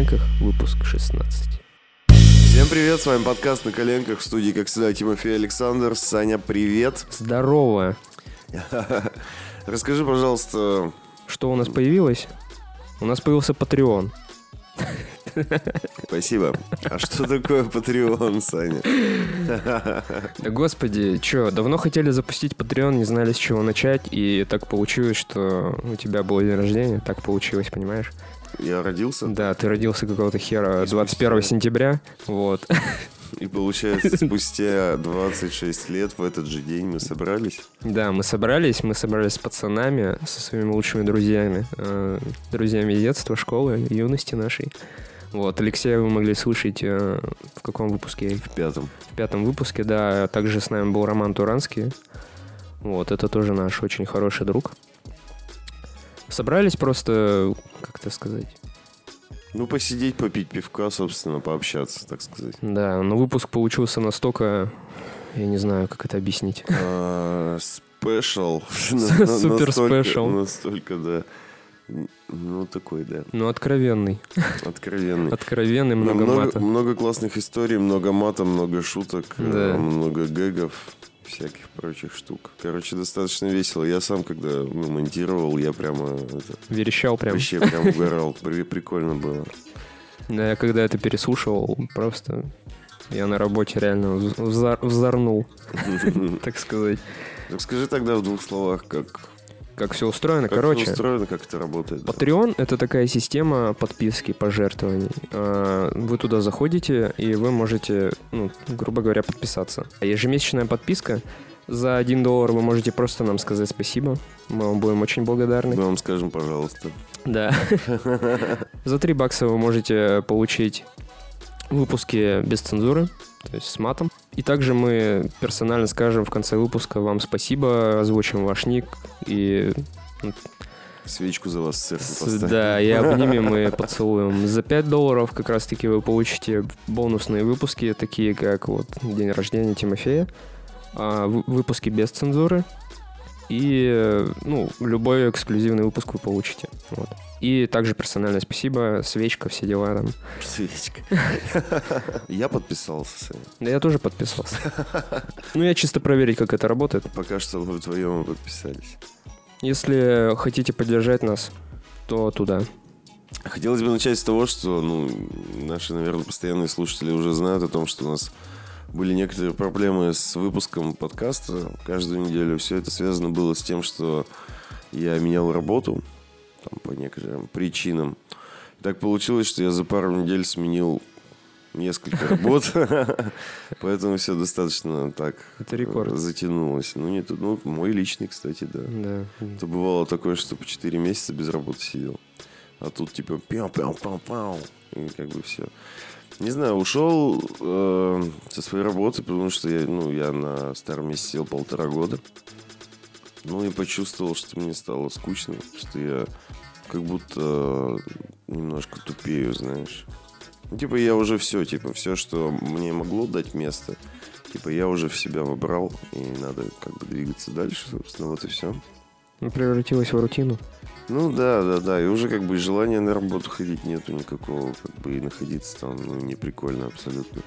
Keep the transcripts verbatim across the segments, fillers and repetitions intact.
коленках, выпуск шестнадцать. Всем привет, с вами подкаст «На коленках», в студии, как всегда, Тимофей Александр. Саня, привет. Здорово. Расскажи, пожалуйста... Что у нас появилось? У нас появился Patreon. Спасибо. А что такое Patreon, Саня? Да господи, что, давно хотели запустить Patreon, не знали, с чего начать, и так получилось, что у тебя был день рождения, так получилось, понимаешь? Я родился? Да, ты родился какого-то хера двадцать первого сентября, вот. И получается, спустя двадцать шесть лет в этот же день мы собрались? Да, мы собрались, мы собрались с пацанами, со своими лучшими друзьями, э, друзьями детства, школы, юности нашей. Вот, Алексея вы могли слышать э, в каком выпуске? В пятом. В пятом выпуске, да. Также с нами был Роман Туранский. Вот, это тоже наш очень хороший друг. Собрались просто, как это сказать... Ну, посидеть, попить пивка, собственно, пообщаться, так сказать. Да, но выпуск получился настолько... Я не знаю, как это объяснить. Спешл. Супер спешл. Настолько, да. Ну, такой, да. Ну, откровенный. Откровенный. Откровенный, много, много мата. Много классных историй, много мата, много шуток, да. много гэгов, всяких прочих штук. Короче, достаточно весело. Я сам, когда ну, монтировал, я прямо... Это, верещал прям. Вообще прям угорал. Прикольно было. Да, я когда это переслушивал, просто... Я на работе реально взор... взорнул, так сказать. Так скажи тогда в двух словах, как... Как все устроено, как короче. Как устроено, как это работает. Patreon — это такая система подписки, пожертвований. Вы туда заходите, и вы можете, ну, грубо говоря, подписаться. Ежемесячная подписка. За один доллар вы можете просто нам сказать спасибо. Мы вам будем очень благодарны. Мы вам скажем, пожалуйста. Да. За три бакса вы можете получить выпуски без цензуры, то есть с матом. И также мы персонально скажем в конце выпуска вам спасибо, озвучим ваш ник и... Свечку за вас в церкви с, поставим. Да, и обнимем и поцелуем. За пять долларов как раз-таки вы получите бонусные выпуски, такие как вот день рождения Тимофея, выпуски без цензуры и ну, любой эксклюзивный выпуск вы получите. Вот. И также персональное спасибо, свечка, все дела там. Свечка. Я подписался, Саня. Да я тоже подписался. Ну, я чисто проверить, как это работает. Пока что вы вдвоем подписались. Если хотите поддержать нас, то туда. Хотелось бы начать с того, что ну, наши, наверное, постоянные слушатели уже знают о том, что у нас были некоторые проблемы с выпуском подкаста каждую неделю. Все это связано было с тем, что я менял работу там, по некоторым причинам. И так получилось, что я за пару недель сменил несколько работ, поэтому все достаточно так затянулось. Ну, не тут, ну, мой личный, кстати, да. Да. Это бывало такое, что по четыре месяца без работы сидел. А тут типа пяу-пяу-пау-пау. И как бы все. Не знаю, ушел э, со своей работы, потому что я, ну, я на старом месте сидел полтора года. Ну и почувствовал, что мне стало скучно, что я как будто немножко тупею, знаешь. Типа я уже все, типа все, что мне могло дать место, типа я уже в себя вобрал, и надо как бы двигаться дальше, собственно, вот и все. Превратилось в рутину. Ну да, да, да, и уже как бы желания на работу ходить нету никакого, как бы и находиться там, ну, не прикольно абсолютно.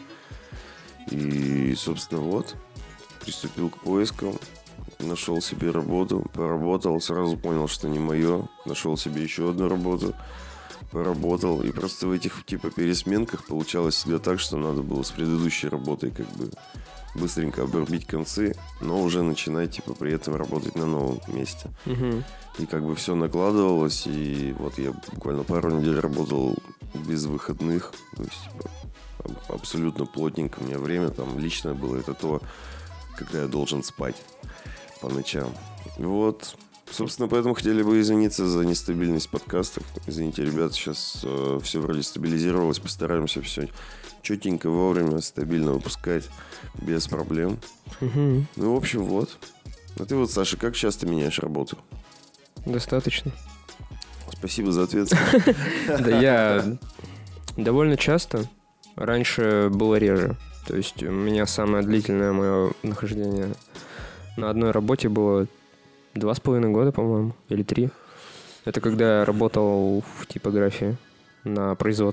И, собственно, вот, приступил к поискам, нашел себе работу, поработал, сразу понял, что не мое, нашел себе еще одну работу, поработал, и просто в этих типа пересменках получалось всегда так, что надо было с предыдущей работой как бы быстренько обрубить концы, но уже начинать типа при этом работать на новом месте. Угу. И как бы все накладывалось, и вот я буквально пару недель работал без выходных, то есть типа, абсолютно плотненько у меня время там личное было, это то, когда я должен спать по ночам. Вот. Собственно, поэтому хотели бы извиниться за нестабильность подкастов. Извините, ребята, сейчас э, все вроде стабилизировалось. Постараемся все четенько, вовремя, стабильно выпускать, без проблем. Угу. Ну, в общем, вот. А ты вот, Саша, как часто меняешь работу? Достаточно. Спасибо за ответ. Да я довольно часто. Раньше было реже. То есть у меня самое длительное мое нахождение на одной работе было два с половиной года, по-моему, или три. Это когда я работал в типографии на производстве.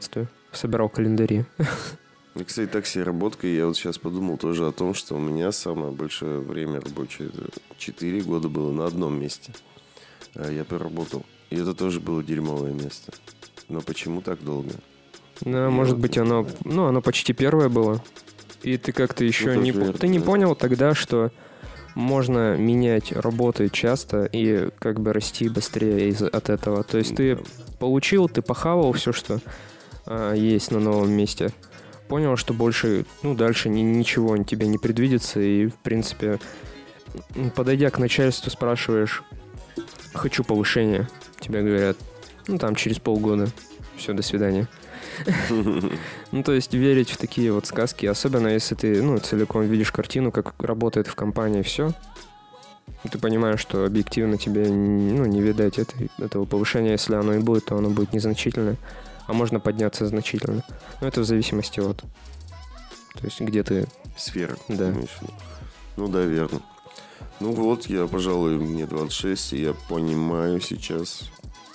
собирал календари. И, кстати, так себе работка. Я вот сейчас подумал тоже о том, что у меня самое большое время рабочее четыре года было на одном месте. Я проработал. И это тоже было дерьмовое место. Но почему так долго? Ну, Я может вот быть, не оно, знаю. ну, оно почти первое было. И ты как-то еще Ну, не... тоже по- верно, Ты не да. понял тогда, что можно менять работы часто и как бы расти быстрее из- от этого. То есть ты Да. получил, ты похавал все, что а, есть на новом месте. Понял, что больше, ну, дальше ни- ничего тебе не предвидится. И, в принципе, м, подойдя к начальству, спрашиваешь, хочу повышения. Тебе говорят, ну, там, через полгода. Все, до свидания. Ну, то есть верить в такие вот сказки, особенно если ты, ну, целиком видишь картину, как работает в компании все, ты понимаешь, что объективно тебе, ну, не видать этой, этого повышения, если оно и будет, то оно будет незначительное, а можно подняться значительно. Но это в зависимости от, то есть где ты, Сфера. Да. имеешь в виду. Ну да, верно. Ну вот, я, пожалуй, мне двадцать шесть, и я понимаю сейчас.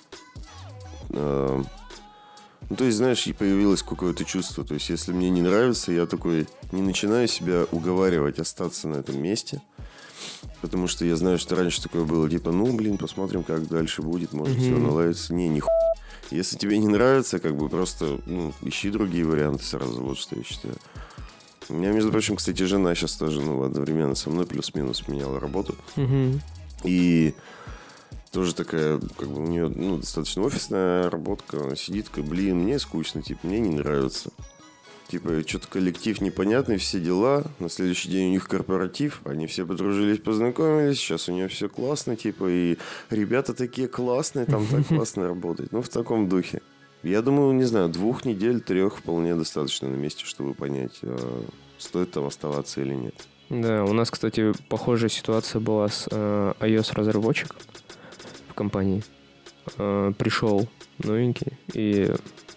э, Ну, то есть, знаешь, и появилось какое-то чувство. То есть, если мне не нравится, я такой не начинаю себя уговаривать остаться на этом месте. Потому что я знаю, что раньше такое было, типа, ну, блин, посмотрим, как дальше будет, может, Мгм. все наладится. Не, не хуй. Если тебе не нравится, как бы просто, ну, ищи другие варианты сразу, вот что я считаю. У меня, между прочим, кстати, жена сейчас тоже, ну, одновременно со мной плюс-минус меняла работу. Мгм. И тоже такая, как бы у нее, ну, достаточно офисная работка. Она сидит, такая, блин, мне скучно, типа, мне не нравится. Типа, что-то коллектив непонятный, все дела. На следующий день у них корпоратив. Они все подружились, познакомились. Сейчас у нее все классно, типа, и ребята такие классные, там так классно работать. Ну, в таком духе. Я думаю, не знаю, двух недель, трех вполне достаточно на месте, чтобы понять, э, стоит там оставаться или нет. Да, у нас, кстати, похожая ситуация была с э, iOS-разработчиком в компании. Э, пришел новенький, и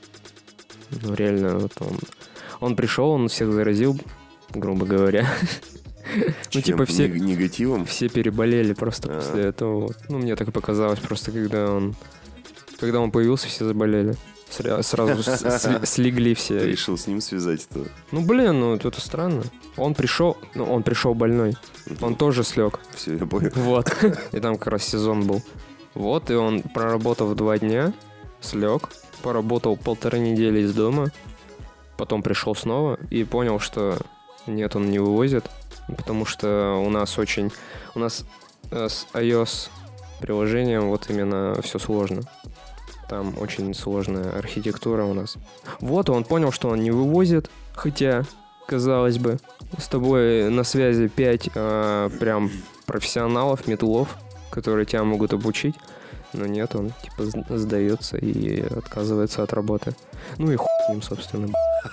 ну, реально вот он, он пришел, он всех заразил, грубо говоря. Ну, типа, Чем-то все, нег- негативом. все переболели просто А. после этого. вот. Ну, мне так и показалось, просто когда он когда он появился, все заболели. Сра- Сразу с- с- слегли Ты все. решил с ним связать это. Ну, блин, ну это странно. Он пришел, ну, он пришел больной. Он тоже слег. Все, я понял. Вот. И там как раз сезон был. Вот, и он, проработав два дня, слег, поработал полторы недели из дома, потом пришел снова и понял, что нет, он не вывозит, потому что у нас очень... У нас э, с iOS приложением вот именно все сложно. Там очень сложная архитектура у нас. Вот, он понял, что он не вывозит, хотя, казалось бы, с тобой на связи пять э, прям профессионалов, метлов, которые тебя могут обучить. Но нет, он типа с- сдается и отказывается от работы. Ну и хуй с ним, собственно.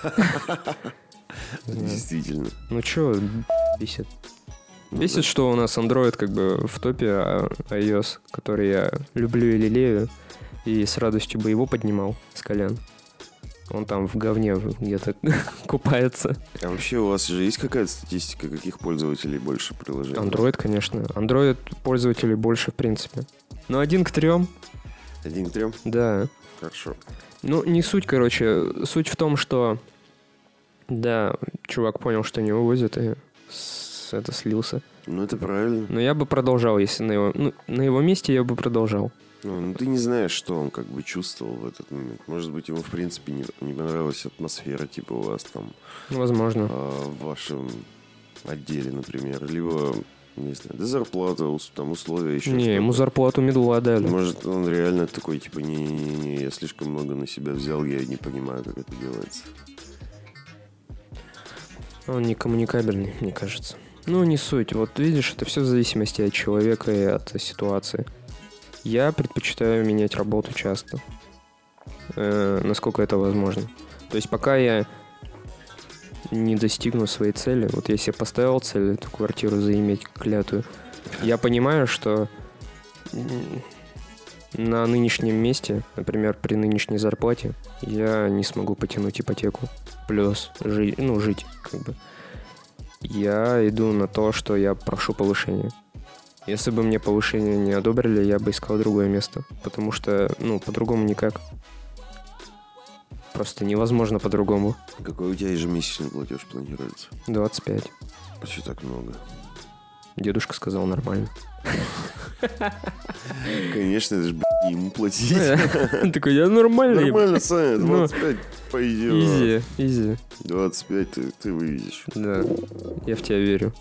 Да. Действительно. Ну чё, бесит. Бесит, что у нас Android как бы в топе, а iOS, который я люблю и лелею, и с радостью бы его поднимал с колен. Он там в говне где-то купается. А вообще у вас же есть какая-то статистика, каких пользователей больше приложений? Android, конечно. Android пользователей больше, в принципе. Но один к трем, Один к трем? да. Хорошо. Ну, не суть, короче. Суть в том, что да, чувак понял, что не вывозит, и с- это слился. Ну, это правильно. Но я бы продолжал, если на его... Ну, на его месте я бы продолжал. Ну, ну, ты не знаешь, что он как бы чувствовал в этот момент. Может быть, ему, в принципе, не, не понравилась атмосфера, типа у вас там, Ну, возможно. а, в вашем отделе, например. Либо, не знаю, да зарплата, ус- там условия еще. Не, что-то. ему зарплату медла дали. Может, он реально такой, типа, не-не-не, я слишком много на себя взял, я не понимаю, как это делается. Он не коммуникабельный, мне кажется. Ну, не суть. Вот видишь, это все в зависимости от человека и от ситуации. Я предпочитаю менять работу часто. Э, насколько это возможно. То есть пока я не достигну своей цели, вот я себе поставил цель эту квартиру заиметь клятую, я понимаю, что м, на нынешнем месте, например, при нынешней зарплате, я не смогу потянуть ипотеку. Плюс жить, ну, жить, как бы. Я иду на то, что я прошу повышения. Если бы мне повышение не одобрили, я бы искал другое место. Потому что, ну, по-другому никак. Просто невозможно по-другому. Какой у тебя ежемесячный платеж планируется? двадцать пять. Почему так много? Дедушка сказал нормально. Конечно, это же, блядь, ему платить. Такой, я нормальный. Нормально, Саня, двадцать пять пойдет. Изи, изи. двадцать пять ты, ты вывезешь. Да, я в тебя верю.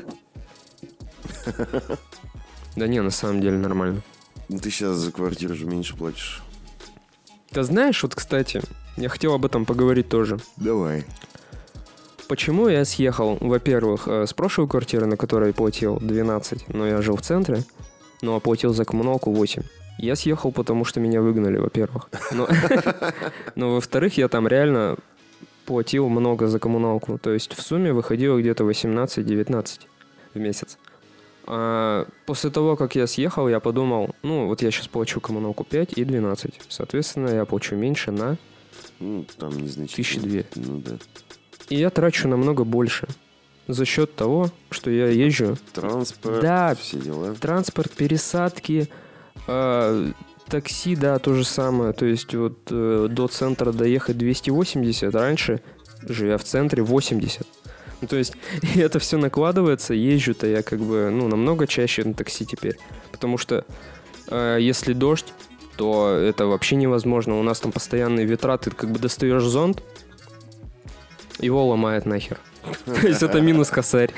Да не, на самом деле нормально. Ты сейчас за квартиру же меньше платишь. Ты знаешь, вот, кстати, я хотел об этом поговорить тоже. Давай. Почему я съехал, во-первых, с прошлой квартиры, на которой платил двенадцать, но я жил в центре, но оплатил за коммуналку восемь. Я съехал, потому что меня выгнали, во-первых. Но, но во-вторых, я там реально платил много за коммуналку. То есть в сумме выходило где-то восемнадцать-девятнадцать в месяц. А после того, как я съехал, я подумал, ну, вот я сейчас плачу коммуналку пять и двенадцать. Соответственно, я плачу меньше на... Ну, там незначительно. Тысячи две. Ну, да. И я трачу намного больше. За счет того, что я езжу... Транспорт, да, все дела. Транспорт, пересадки, э, такси, да, то же самое. То есть вот э, до центра доехать двести восемьдесят, раньше, живя в центре, восемьдесят. Ну, то есть и это все накладывается, езжу-то я как бы, ну, намного чаще на такси теперь. Потому что э, если дождь, то это вообще невозможно. У нас там постоянные ветра, ты как бы достаешь зонт, его ломает нахер. То есть это минус косарь.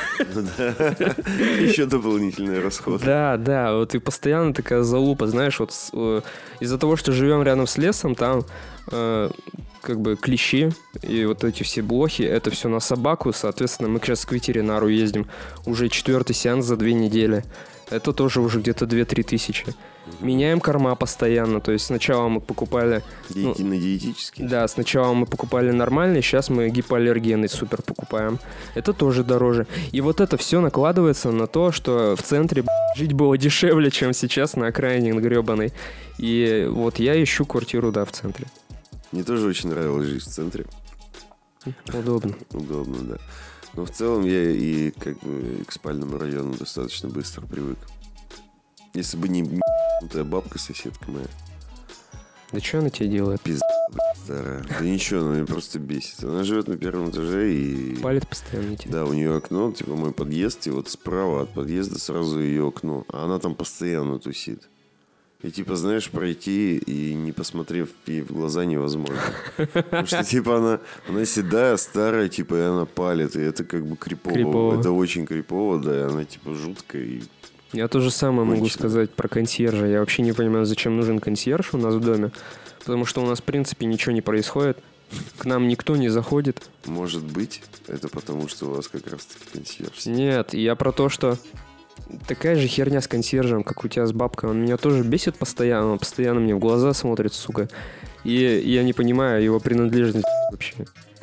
Еще дополнительный расход. Да, да, вот и постоянно такая залупа, знаешь, вот из-за того, что живем рядом с лесом, там как бы клещи и вот эти все блохи, это все на собаку, соответственно, мы сейчас к ветеринару ездим, уже четвертый сеанс за две недели. Это тоже уже где-то две-три тысячи. Меняем корма постоянно. То есть сначала мы покупали... Диети- ну, на диетический? Да, сначала мы покупали нормальный, сейчас мы гипоаллергенный супер покупаем. Это тоже дороже. И вот это все накладывается на то, что в центре жить было дешевле, чем сейчас на окраине гребаной. И вот я ищу квартиру, да, в центре. Мне тоже очень нравилось жить в центре. Удобно. Удобно, да. Но в целом я и как бы к спальному району достаточно быстро привык. Если бы не ебанутая бабка, соседка моя. Да что она тебе делает? Пизда, блядь, старая. Да ничего, она меня просто бесит. Она живет на первом этаже и... Палит постоянно тебе. Да, у нее окно, типа мой подъезд, и вот справа от подъезда сразу ее окно. А она там постоянно тусит. И типа, знаешь, пройти и не посмотрев ей в глаза невозможно. Потому что типа она, она седая, старая, типа, и она палит. И это как бы крипово. Крипово. Это очень крипово, да, и она типа жуткая. И... Я то же самое могу Кончено. сказать про консьержа. Я вообще не понимаю, зачем нужен консьерж у нас в доме. Потому что у нас, в принципе, ничего не происходит. К нам никто не заходит. Может быть, это потому, что у вас как раз-таки консьерж. Нет, я про то, что такая же херня с консьержем, как у тебя с бабкой. Он меня тоже бесит постоянно. Он постоянно мне в глаза смотрит, сука. И я не понимаю его принадлежность вообще.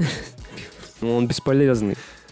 Ну, он бесполезный.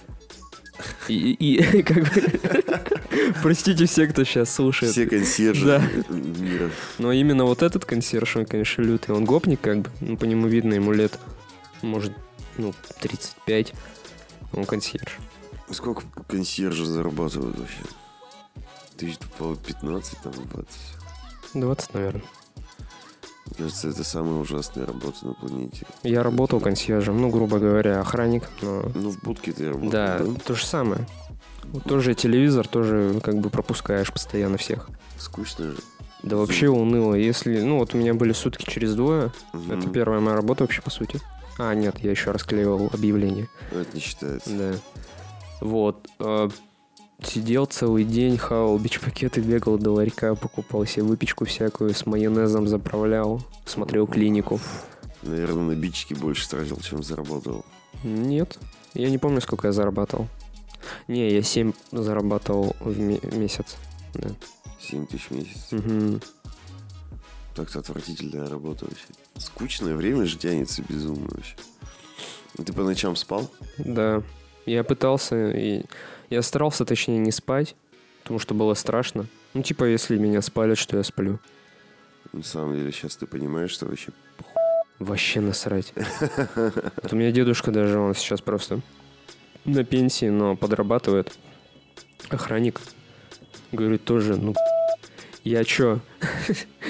И, и, и как бы... Простите все, кто сейчас слушает. Все консьержи Да. мира. Но именно вот этот консьерж, он, конечно, лютый. Он гопник, как бы. Ну, по нему видно, ему лет, может, ну, тридцать пять. Он консьерж. Сколько консьержи зарабатывают вообще? Тысяч пятнадцать, там, двадцать. двадцать, наверное. Мне кажется, это самая ужасная работа на планете. Я работал консьержем, ну, грубо говоря, охранник. Но... Ну, в будке ты работал, Да, да? то же самое. Вот тоже телевизор, тоже как бы пропускаешь постоянно всех. Скучно же. Да вообще уныло. Если, ну, вот у меня были сутки через двое. Мгм. Это первая моя работа вообще, по сути. А, нет, я еще расклеивал объявление. Ну, это не считается. Да. Вот. э, Сидел целый день, хавал бич-пакеты, бегал до ларька, покупал себе выпечку всякую, с майонезом заправлял, смотрел клинику. Наверное, на бичке больше тратил, чем заработал. Нет, я не помню, сколько я зарабатывал. Не, я семь зарабатывал в ме- месяц. Да. семь тысяч в месяц. Мгм. Так-то отвратительная работа вообще. Скучное время же тянется безумно вообще. Ты по ночам спал? Да. Я пытался, и я старался, точнее, не спать, потому что было страшно. Ну, типа, если меня спалят, что я сплю. На самом деле, сейчас ты понимаешь, что вообще... Вообще насрать. Вот у меня дедушка даже, он сейчас просто на пенсии, но подрабатывает. Охранник. Говорит тоже, ну, я чё?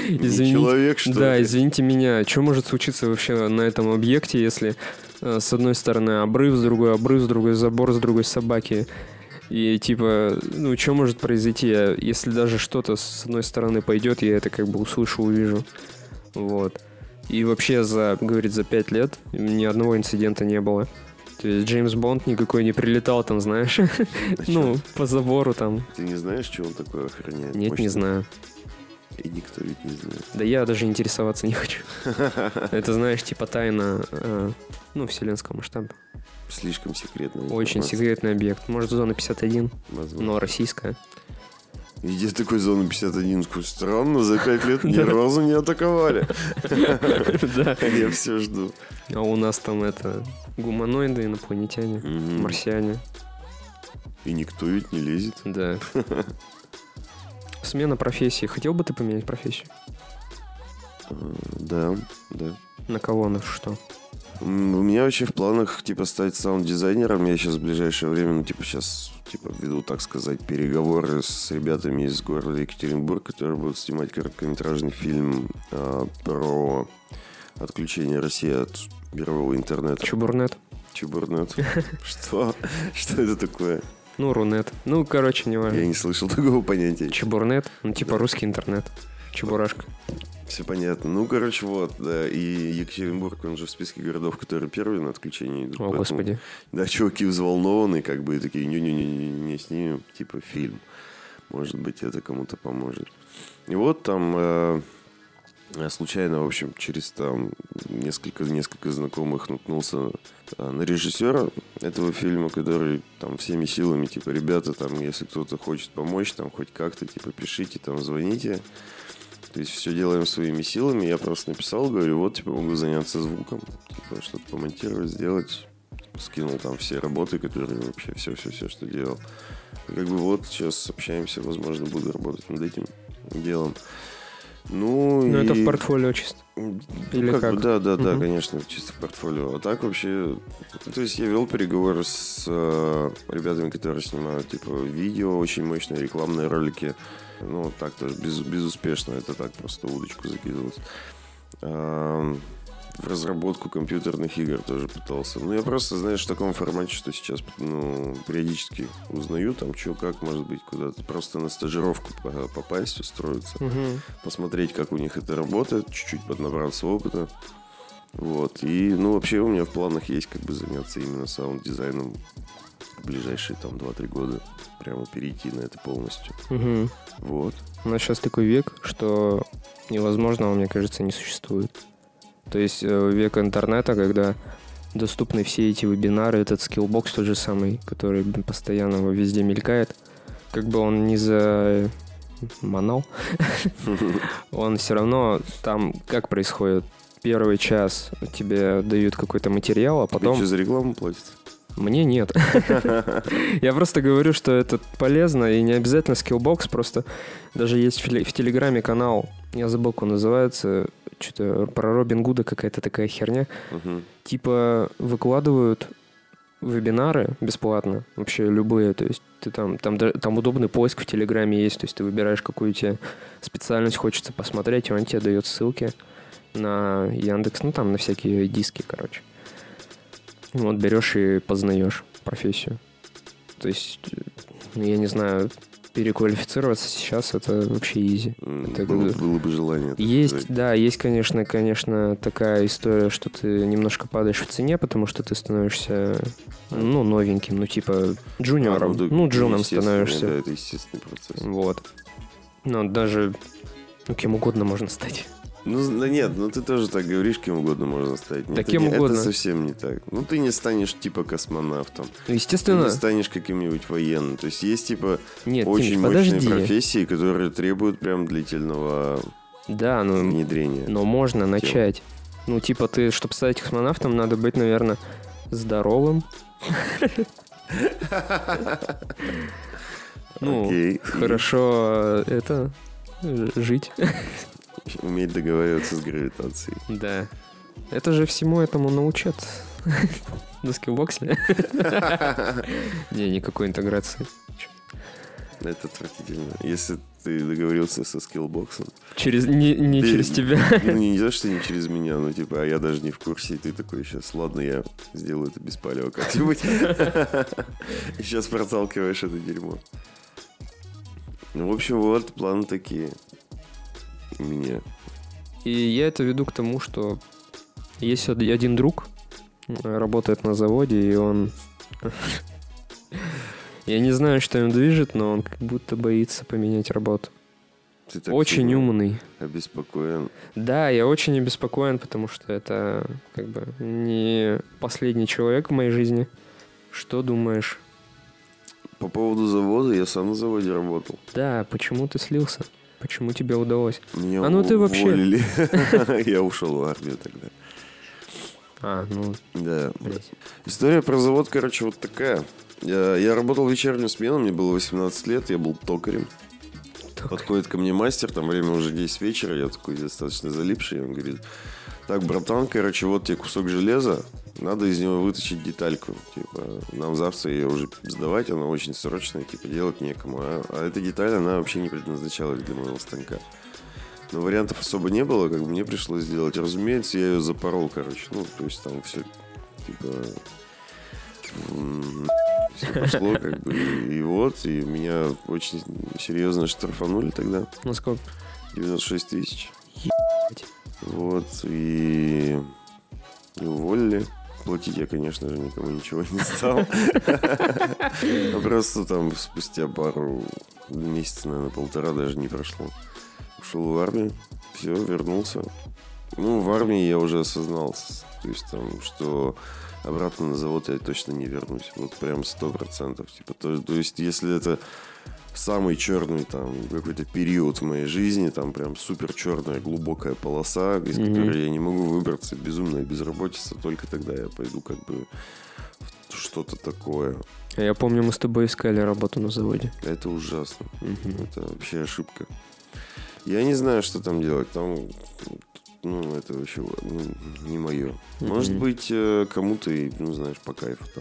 Извините, человек, что да, ли? извините меня, что может случиться вообще на этом объекте, если э, с одной стороны обрыв, с другой обрыв, с другой забор, с другой собаки. И типа, ну, что может произойти, если даже что-то с одной стороны пойдет, я это как бы услышу, увижу. Вот. И вообще за, говорит, за пять лет ни одного инцидента не было. То есть Джеймс Бонд никакой не прилетал там, знаешь, ну, по забору там. Ты не знаешь, что он такое охраняет? Нет, Мощно? не знаю. И никто ведь не знает. Да я даже интересоваться не хочу. Это, знаешь, типа тайна, э, ну, вселенского масштаба. Слишком секретная Очень информация. секретный объект. Может, зона пятьдесят один, Возможно. но российская. И где такой зона пятьдесят один? Странно, за пять лет ни разу не атаковали. Да. Я все жду. А у нас там это гуманоиды, инопланетяне, Мгм. марсиане. И никто ведь не лезет. Да. Смена профессии. Хотел бы ты поменять профессию? А, Да, да. На кого, на что? М, У меня вообще в планах, типа, стать саунд-дизайнером. Я сейчас в ближайшее время, ну, типа, сейчас, типа, веду, так сказать, переговоры с ребятами из города Екатеринбург, которые будут снимать короткометражный фильм а, про отключение России от мирового интернета. Чубурнет? Чебурнет. Что? Что это такое? Ну, Рунет. Ну, короче, не важно. Я не слышал такого понятия. Чебурнет? Ну, типа русский интернет. Чебурашка. Все понятно. Ну, короче, вот, да. И Екатеринбург, он же в списке городов, которые первые на отключение идут. О, Поэтому, господи. да, чуваки взволнованы, как бы, и такие, не-не-не, не снимем, типа, фильм. Может быть, это кому-то поможет. И вот там э, случайно, в общем, через там несколько, несколько знакомых наткнулся э, на режиссера этого фильма, который там всеми силами, типа, ребята, там, если кто-то хочет помочь, там, хоть как-то, типа, пишите, там, звоните. То есть все делаем своими силами. Я просто написал, говорю, вот, типа, могу заняться звуком, типа, что-то помонтировать, сделать. Скинул там все работы, которые вообще все-все-все, что делал. И как бы вот, сейчас общаемся, возможно, буду работать над этим делом. Ну, Ну, и... это в портфолио чисто. Ну, Или как, как? бы, да, да, да, Мгм. конечно, чисто в портфолио. А так вообще, то есть я вел переговоры с э, ребятами, которые снимают типа видео, очень мощные рекламные ролики. Ну, вот так тоже без, безуспешно, это так просто удочку закидывалось. А, в разработку компьютерных игр тоже пытался. Ну, я просто, знаешь, в таком формате, что сейчас, ну, периодически узнаю, там, что, как, может быть, куда-то просто на стажировку по- попасть, устроиться, Мгм. посмотреть, как у них это работает, чуть-чуть поднабраться опыта. Вот. И, ну, вообще у меня в планах есть как бы заняться именно саунд-дизайном в ближайшие там два-три года. Прямо перейти на это полностью. Мгм. Вот. У нас сейчас такой век, что невозможного, мне кажется, не существует. То есть э, век интернета, когда доступны все эти вебинары, этот скиллбокс тот же самый, который постоянно везде мелькает, как бы он не за манал, он все равно там как происходит? Первый час тебе дают какой-то материал, а Тебе потом... что, за рекламу платят? Мне нет. Я просто говорю, что это полезно, и не обязательно скиллбокс, просто даже есть в теле- в Телеграме канал, я забыл, как он называется, что-то про Робин Гуда какая-то такая херня. Мгм. Типа выкладывают вебинары бесплатно, вообще любые, то есть ты там, там, да- там удобный поиск в Телеграме есть, то есть ты выбираешь, какую тебе специальность хочется посмотреть, и он тебе дает ссылки на Яндекс, ну там на всякие диски, короче. Вот берешь и познаешь профессию. То есть, э, я не знаю, переквалифицироваться сейчас это вообще изи. М, Это было, как бы- было бы желание. так Есть, сказать. да, есть, конечно, конечно, такая история, что ты немножко падаешь в цене, потому что ты становишься, ну, новеньким, ну, типа, джуниором, А, да, ну, джуном естественно, становишься. Да, это естественный процесс. Вот. Но даже, ну, кем угодно можно стать. Ну, да нет, ну ты тоже так говоришь, кем угодно можно стать. Да это, кем не- угодно. Это совсем не так. Ну, ты не станешь типа космонавтом. Ну, Ты естественно, не станешь каким-нибудь военным. То есть есть типа нет, очень Тимыч, мощные подожди. профессии, которые требуют прям длительного Да, ну, внедрения. но можно начать. Ну, типа, ты, чтобы стать космонавтом, надо быть, наверное, здоровым. Ну, Окей. хорошо, э, это, э, жить. Уметь договариваться с гравитацией. Да. Это же всему этому научат. На скиллбоксе. Не, никакой интеграции. Это отвратительно. Если ты договорился со скиллбоксом. Через, не не ты, через тебя. Ну, не, не то, что не через меня, но типа, а я даже не в курсе, и ты такой, сейчас, ладно, я сделаю это без палева как-нибудь. И сейчас проталкиваешь это дерьмо. Ну, в общем, вот, планы такие у меня. И я это веду к тому, что есть один друг, работает на заводе, и он... Я не знаю, что им движет, но он как будто боится поменять работу. Ты так очень умный. Обеспокоен. Да, я очень обеспокоен, потому что это как бы не последний человек в моей жизни. Что думаешь? По поводу завода, я сам на заводе работал. Да, почему ты слился? Почему тебе удалось? Меня а ну ты уволили. вообще... Я ушел в армию тогда. А, ну... Да. История про завод, короче, вот такая. Я, я работал вечернюю смену, мне было восемнадцать лет, я был токарем. Токарь. Подходит ко мне мастер, там время уже десять вечера, я такой достаточно залипший, он говорит: так, братан, короче, вот тебе кусок железа, надо из него вытащить детальку. Типа, нам завтра ее уже сдавать, она очень срочная, типа, делать некому. А, а эта деталь, она вообще не предназначалась для моего станка. Но вариантов особо не было, как бы мне пришлось сделать. Разумеется, я ее запорол, короче. Ну, то есть там все, типа... Все пошло, как бы, и, и вот, и меня очень серьезно штрафанули тогда. На сколько? девяносто шесть тысяч. Ебать. Вот, и уволили. Платить я, конечно же, никому ничего не стал. А просто там спустя пару месяцев, наверное, полтора даже не прошло. Ушел в армию, все, вернулся. Ну, в армии я уже осознал, то есть там, что... Обратно на завод я точно не вернусь. Вот прям сто процентов. Типа, то, то есть, если это самый черный там какой-то период в моей жизни, там прям супер черная глубокая полоса, из mm-hmm. которой я не могу выбраться, безумная безработица, только тогда я пойду как бы в что-то такое. Я помню, мы с тобой искали работу на заводе. Это ужасно. Mm-hmm. Это вообще ошибка. Я не знаю, что там делать. Там... Ну, это вообще ну, не мое. Mm-hmm. Может быть, кому-то и, ну, знаешь, по кайфу там.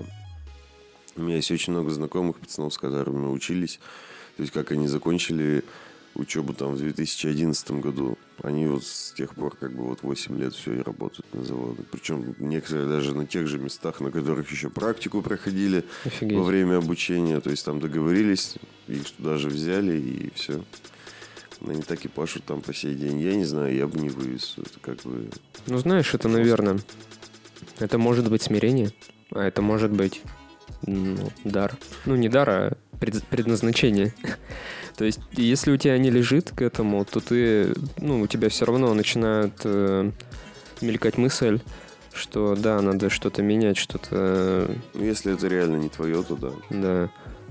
У меня есть очень много знакомых пацанов, с которыми мы учились. То есть, как они закончили учебу там в две тысячи одиннадцатом году. Они вот с тех пор как бы вот восемь лет все и работают на заводе. Причем некоторые даже на тех же местах, на которых еще практику проходили. Офигеть. Во время обучения. То есть, там договорились, их туда же взяли и все. Они так и пашут там по сей день. Я не знаю, я бы не вывез. Это как бы... Ну, знаешь, это, наверное, это может быть смирение, а это может быть ну, дар. Ну, не дар, а пред... предназначение. То есть, если у тебя не лежит к этому, то ты, ну, у тебя все равно начинает э, мелькать мысль, что да, надо что-то менять, что-то... Ну, если это реально не твое, то да. Да.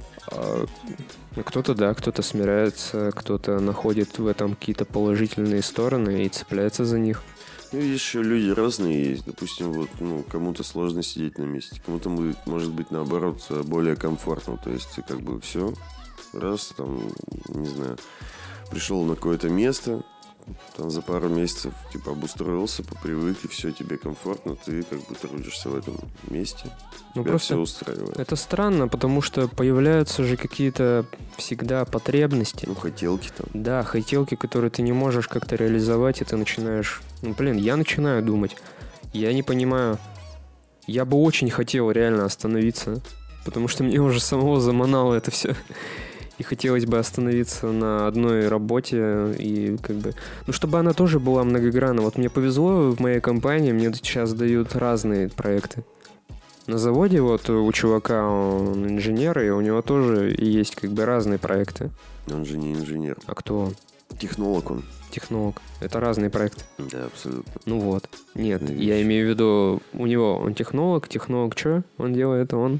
А кто-то, да, кто-то смиряется, кто-то находит в этом какие-то положительные стороны и цепляется за них. Ну, еще люди разные есть. Допустим, вот, ну, кому-то сложно сидеть на месте, кому-то будет, может быть, наоборот, более комфортно. То есть, как бы все, раз, там, не знаю, пришел на какое-то место, там за пару месяцев, типа, обустроился, попривык, и все, тебе комфортно, ты как бы трудишься в этом месте. Ну, тебя просто все устраивает. Это странно, потому что появляются же какие-то всегда потребности. Ну, хотелки там. Да, хотелки, которые ты не можешь как-то реализовать, и ты начинаешь... Ну, блин, я начинаю думать. Я не понимаю. Я бы очень хотел реально остановиться, потому что мне уже самого заманало это все. И хотелось бы остановиться на одной работе и как бы... Ну, чтобы она тоже была многогранна. Вот мне повезло в моей компании, мне сейчас дают разные проекты. На заводе вот у чувака, он инженер, и у него тоже есть как бы разные проекты. Он же не инженер. А кто он? Технолог он. Технолог. Это разные проекты. Да, абсолютно. Ну вот. Нет, ну, я имею в виду, у него он технолог, технолог что он делает? Он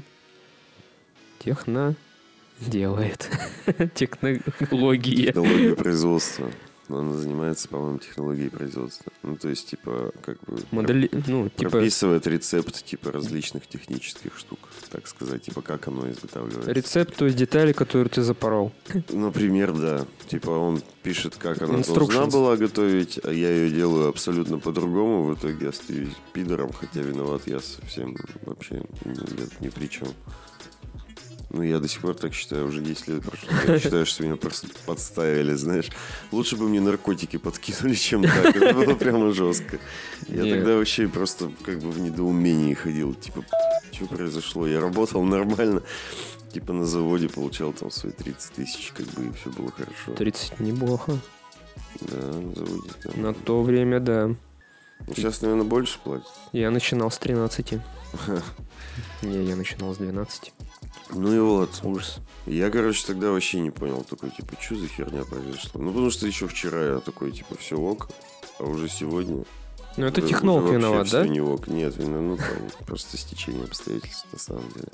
техно... делает. Технологии. Технология производства. Он занимается, по-моему, технологией производства. Ну, то есть, типа, как бы... Модели... ну, типа... прописывает рецепт, типа, различных технических штук, так сказать. Типа, как оно изготавливается. Рецепт, то есть детали, которые ты запорол. Например, да. Типа, он пишет, как она должна была готовить, а я ее делаю абсолютно по-другому. В итоге остаюсь пидором, хотя виноват я совсем вообще ни, ни при чем. Ну, я до сих пор так считаю, уже десять лет прошло. Я считаю, что меня просто подставили, знаешь. Лучше бы мне наркотики подкинули, чем так. Это было прямо жестко. Я Нет. тогда вообще просто как бы в недоумении ходил. Типа, что произошло? Я работал нормально. Типа на заводе получал там свои тридцать тысяч, как бы, и все было хорошо. тридцать неплохо. Да, на заводе. Да. На то время, да. Сейчас, наверное, больше платят. Я начинал с тринадцати. Не, я начинал с двенадцати. Ну и вот. Ужас. Я, короче, тогда вообще не понял. Такой, типа, что за херня произошла? Ну, потому что еще вчера я такой, типа, все ок, а уже сегодня... Ну, это уже технолог вообще виноват, всё да? не ок. Нет, вина, ну, там, просто стечение обстоятельств, на самом деле.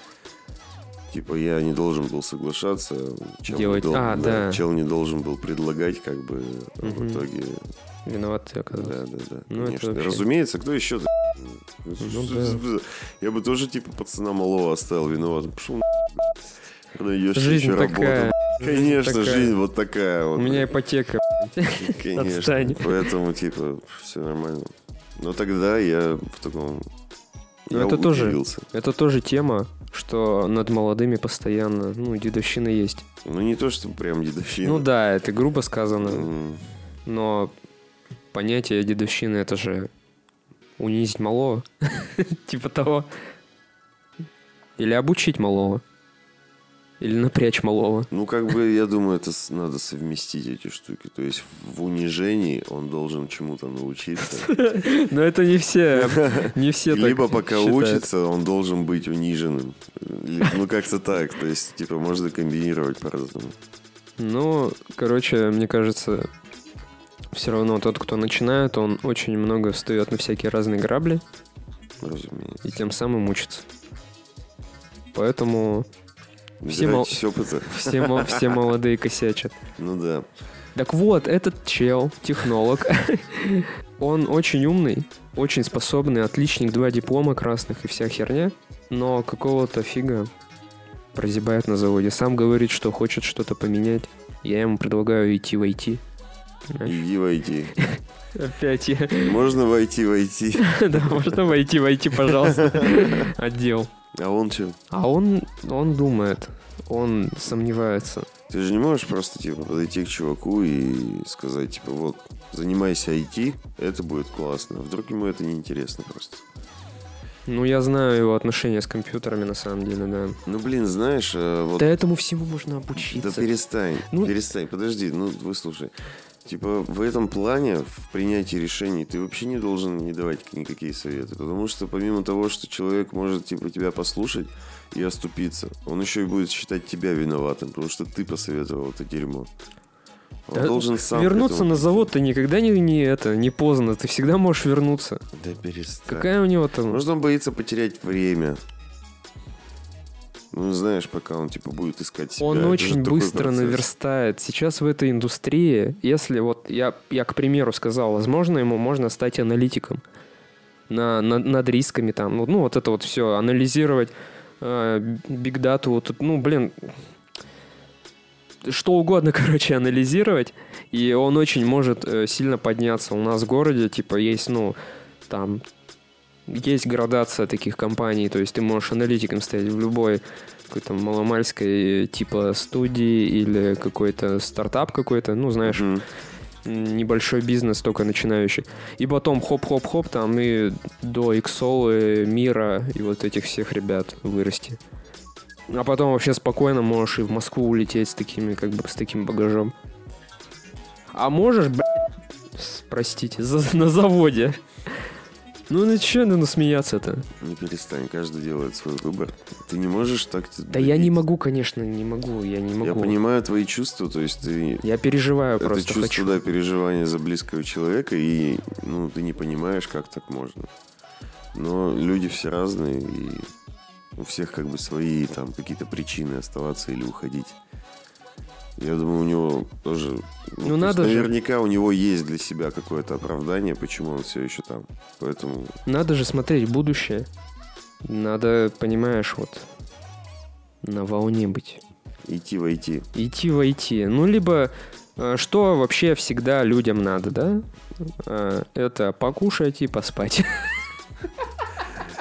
Типа, я не должен был соглашаться. Чел Делать- не дол- а, да. Чел не должен был предлагать, как бы, а Мгм. в итоге... Виноват ты, оказывается. Да, да, да, Ну, это конечно. вообще- Разумеется, кто еще? Ну, да. Я бы тоже, типа, пацана малого оставил виноватым. Пошел на... Найдешь Жизнь еще такая. работу. Конечно, такая. жизнь вот такая вот. У меня ипотека. Конечно. отстань. Поэтому, типа, все нормально. Но тогда я в таком... Ну, я это тоже- удивился. Это тоже тема, что над молодыми постоянно, ну, дедовщина есть. Ну, не то, что прям дедовщина. Ну да, это грубо сказано, М, но понятие дедовщины — это же унизить малого. Типа того. Или обучить малого. Или напрячь малого. Ну, как бы, я думаю, это с- надо совместить эти штуки. То есть в унижении он должен чему-то научиться. Но это не все. Не все так Либо пока считают. учится, он должен быть униженным. Ли- Ну, как-то так. То есть, типа, можно комбинировать по-разному. Ну, короче, мне кажется, все равно тот, кто начинает, он очень много встает на всякие разные грабли Разумеется. и тем самым учится. Поэтому все, мол- Набирайтесь опыта. все, мо- все молодые косячат. Ну да. Так вот, этот чел, технолог, он очень умный, очень способный, отличник, два диплома красных и вся херня, но какого-то фига прозябает на заводе. Сам говорит, что хочет что-то поменять. Я ему предлагаю идти в ай ти. Понимаешь? Иди войти. Опять я... Можно войти войти. Да, можно войти, войти, пожалуйста. Отдел. А он что? А он, он думает, он сомневается. Ты же не можешь просто, типа, подойти к чуваку и сказать, типа, вот, занимайся ай ти, это будет классно. А вдруг ему это неинтересно просто. Ну, я знаю его отношения с компьютерами, на самом деле, да. Ну, блин, знаешь, э, вот... Да этому всему можно обучиться. Да перестань, Ну- перестань, подожди, ну, выслушай. Типа, в этом плане, в принятии решений, ты вообще не должен не давать никакие советы. Потому что помимо того, что человек может, типа, тебя послушать и оступиться, он еще и будет считать тебя виноватым, потому что ты посоветовал это дерьмо. Он Да должен сам к вернуться этому на прийти. завод-то никогда не, не это, не поздно. Ты всегда можешь вернуться. Да перестань. Какая у него там... Может, он боится потерять время. Ну, знаешь, пока он, типа, будет искать себя. Он Это же очень такой быстро процесс. наверстает. Сейчас в этой индустрии, если вот я, я, к примеру, сказал, возможно, ему можно стать аналитиком на, на- над рисками там. Ну, ну, вот это вот все, анализировать бигдату. Вот, тут, ну, блин, что угодно, короче, анализировать. И он очень может э, сильно подняться. У нас в городе, типа, есть, ну, там... Есть градация таких компаний, то есть ты можешь аналитиком стоять в любой какой-то маломальской типа студии или какой-то стартап какой-то, ну, знаешь, Мгм. небольшой бизнес, только начинающий. И потом хоп-хоп-хоп там и до Иксолы, Мира и вот этих всех ребят вырасти. А потом вообще спокойно можешь и в Москву улететь с такими, как бы, с таким багажом. А можешь, блядь, с- простите, за- на заводе. Ну, ну че, ну, смеяться-то? Не перестань, каждый делает свой выбор. Ты не можешь так... Да я не могу, конечно, не могу, я не могу. Я понимаю твои чувства, то есть ты... Я переживаю Это просто, чувство, хочу. да, переживания за близкого человека, и, ну, ты не понимаешь, как так можно. Но люди все разные, и у всех как бы свои там какие-то причины оставаться или уходить. Я думаю, у него тоже... Ну, то есть надо же. наверняка у него есть для себя какое-то оправдание, почему он все еще там. Поэтому... Надо же смотреть в будущее. Надо, понимаешь, вот на волне быть. Идти войти. Идти войти. Ну, либо э, что вообще всегда людям надо, да? Э, Это покушать и поспать.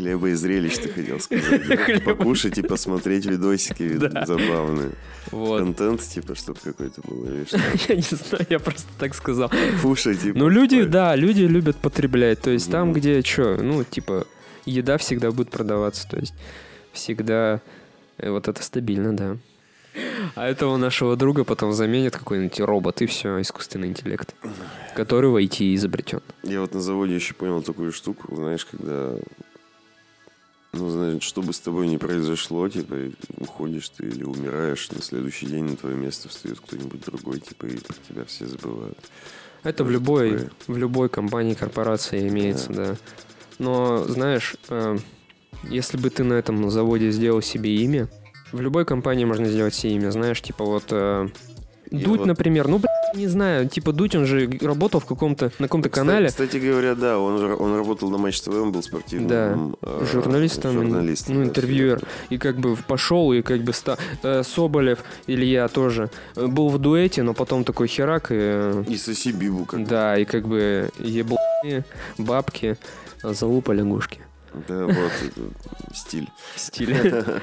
Хлеба и зрелищ, ты хотел сказать. Да? Покушать и посмотреть видосики да. забавные. Вот. Контент, типа, чтобы какой-то был. Или что? Я не знаю, я просто так сказал. Кушать, типа. Ну, люди, да, люди любят потреблять. То есть mm-hmm. там, где что, ну, типа, еда всегда будет продаваться. То есть всегда вот это стабильно, да. А этого нашего друга потом заменит какой-нибудь робот, и все, искусственный интеллект, который в ай ти изобретен. Я вот на заводе еще понял такую штуку, знаешь, когда, ну, знаешь, что бы с тобой ни произошло, типа, уходишь ты или умираешь, на следующий день на твое место встает кто-нибудь другой, типа, и про тебя все забывают. Это в любой, такое... в любой компании, корпорации имеется, да. да. Но, знаешь, э, если бы ты на этом заводе сделал себе имя, в любой компании можно сделать себе имя, знаешь, типа вот э, Дудь, вот... например, ну, блядь, не знаю, типа Дудь, он же работал в каком-то, на каком-то кстати, канале. Кстати говоря, да, он, же, он работал на Матч ТВ, он был спортивным да, э, журналистом, журналистом, ну, да, интервьюер, все. И как бы пошел, и как бы ста... э, Соболев, Илья тоже, был в дуэте, но потом такой херак. И, и соси бибу. Как да, и как бы ебланы, бабки, залупа лягушки. Да, вот, это стиль. Стиль.